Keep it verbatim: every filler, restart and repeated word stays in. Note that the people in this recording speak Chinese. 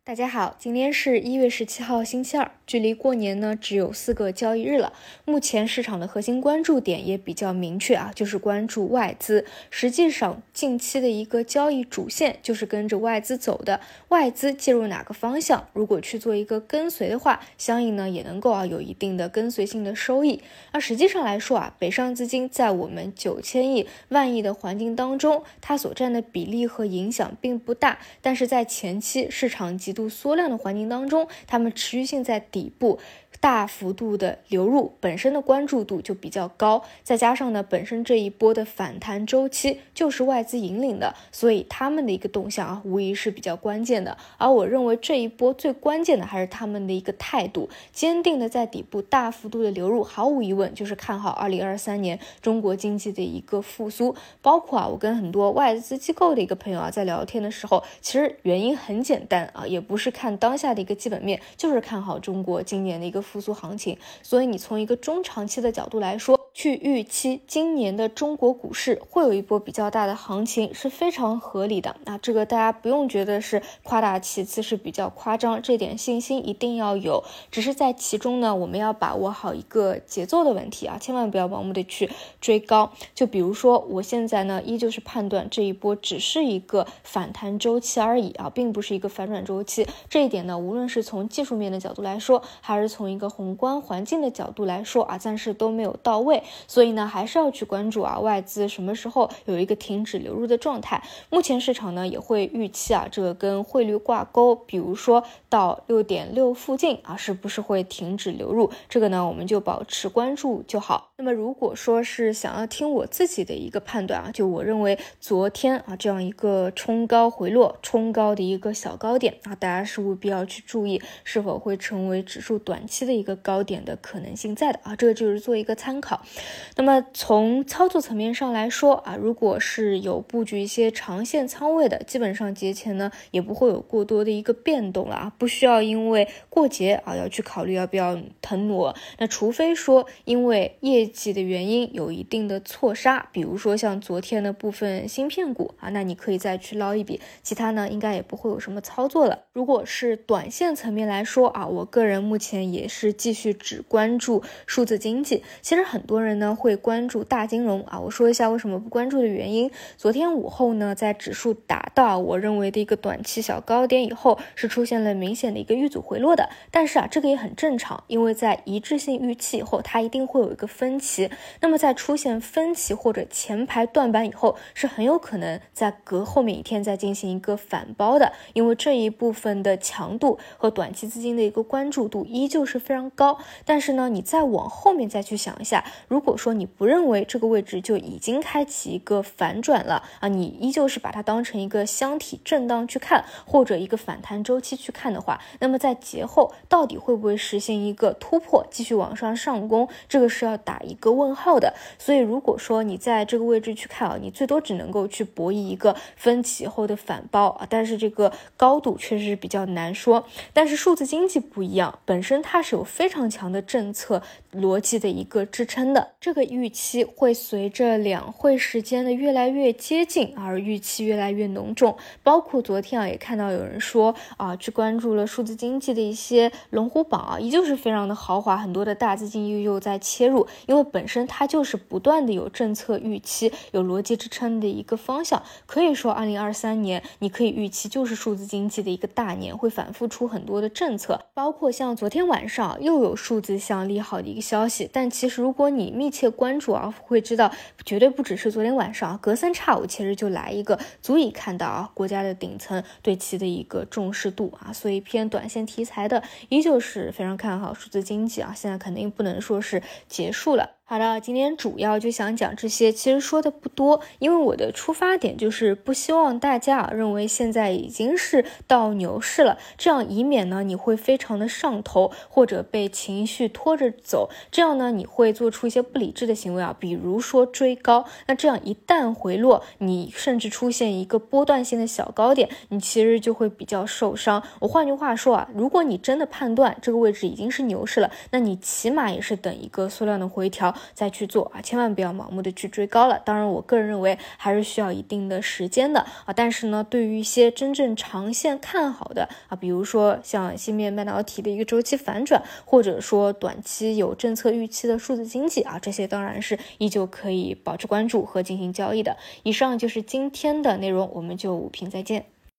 大家好，今天是一月十七号星期二，距离过年呢只有四个交易日了。目前市场的核心关注点也比较明确啊，就是关注外资。实际上近期的一个交易主线就是跟着外资走的，外资介入哪个方向，如果去做一个跟随的话，相应呢也能够啊有一定的跟随性的收益。而实际上来说啊，北上资金在我们九千亿万亿的环境当中，它所占的比例和影响并不大，但是在前期市场极度缩量的环境当中，它们持续性在底部大幅度的流入，本身的关注度就比较高，再加上呢本身这一波的反弹周期就是外资引领的，所以他们的一个动向啊无疑是比较关键的。而我认为这一波最关键的还是他们的一个态度，坚定的在底部大幅度的流入，毫无疑问就是看好二零二三年中国经济的一个复苏。包括啊我跟很多外资机构的一个朋友啊在聊天的时候，其实原因很简单啊，也不是看当下的一个基本面，就是看好中国今年的一个复苏行情。所以你从一个中长期的角度来说，去预期今年的中国股市会有一波比较大的行情是非常合理的。那这个大家不用觉得是夸大其词，是比较夸张，这点信心一定要有。只是在其中呢，我们要把握好一个节奏的问题啊，千万不要盲目的去追高。就比如说我现在呢依旧是判断这一波只是一个反弹周期而已啊，并不是一个反转周期。这一点呢，无论是从技术面的角度来说，还是从一个宏观环境的角度来说啊，暂时都没有到位。所以呢，还是要去关注啊，外资什么时候有一个停止流入的状态。目前市场呢也会预期啊，这个跟汇率挂钩，比如说到 六点六 附近啊，是不是会停止流入？这个呢，我们就保持关注就好。那么如果说是想要听我自己的一个判断啊，就我认为昨天啊这样一个冲高回落、冲高的一个小高点啊，大家是务必要去注意是否会成为指数短期的一个高点的可能性在的啊，这个就是做一个参考。那么从操作层面上来说啊，如果是有布局一些长线仓位的，基本上节前呢也不会有过多的一个变动了啊，不需要因为过节啊要去考虑要不要腾挪。那除非说因为业绩的原因有一定的错杀，比如说像昨天的部分芯片股啊，那你可以再去捞一笔，其他呢应该也不会有什么操作了。如果是短线层面来说啊，我个人目前也是继续只关注数字经济。其实很多人呢会关注大金融啊，我说一下为什么不关注的原因。昨天午后呢，在指数达到我认为的一个短期小高点以后，是出现了明显的一个遇阻回落的。但是啊，这个也很正常，因为在一致性预期以后，它一定会有一个分歧。那么在出现分歧或者前排断板以后，是很有可能在隔后面一天再进行一个反包的，因为这一部分的强度和短期资金的一个关注度依旧是非常高。但是呢，你再往后面再去想一下，如果说你不认为这个位置就已经开启一个反转了啊，你依旧是把它当成一个箱体震荡去看，或者一个反弹周期去看的话，那么在节后到底会不会实现一个突破，继续往上上攻，这个是要打一个问号的。所以如果说你在这个位置去看啊，你最多只能够去博弈一个分歧后的反包啊，但是这个高度确实是比较难说。但是数字经济不一样，本身它是有非常强的政策逻辑的一个支撑的，这个预期会随着两会时间的越来越接近而预期越来越浓重。包括昨天啊也看到有人说啊，去关注了数字经济的一些龙虎榜啊，依旧是非常的豪华，很多的大资金又又在切入，因为本身它就是不断的有政策预期、有逻辑支撑的一个方向。可以说二零二三年你可以预期就是数字经济的一个大年，会反复出很多的政策，包括像昨天晚上又有数字项利好的一个消息。但其实如果你密切关注啊，会知道绝对不只是昨天晚上，隔三差五其实就来一个足以看到啊国家的顶层对其的一个重视度啊，所以偏短线题材的依旧是非常看好数字经济啊，现在肯定不能说是结束了。好的，今天主要就想讲这些，其实说的不多，因为我的出发点就是不希望大家啊认为现在已经是到牛市了，这样以免呢你会非常的上头，或者被情绪拖着走，这样呢你会做出一些不理智的行为啊，比如说追高，那这样一旦回落，你甚至出现一个波段性的小高点，你其实就会比较受伤。我换句话说啊，如果你真的判断这个位置已经是牛市了，那你起码也是等一个缩量的回调， 再去做啊，千万不要盲目的去追高了。当然我个人认为还是需要一定的时间的啊，但是呢对于一些真正长线看好的啊，比如说像芯片半导体的一个周期反转，或者说短期有政策预期的数字经济啊，这些当然是依旧可以保持关注和进行交易的。以上就是今天的内容，我们就午评再见。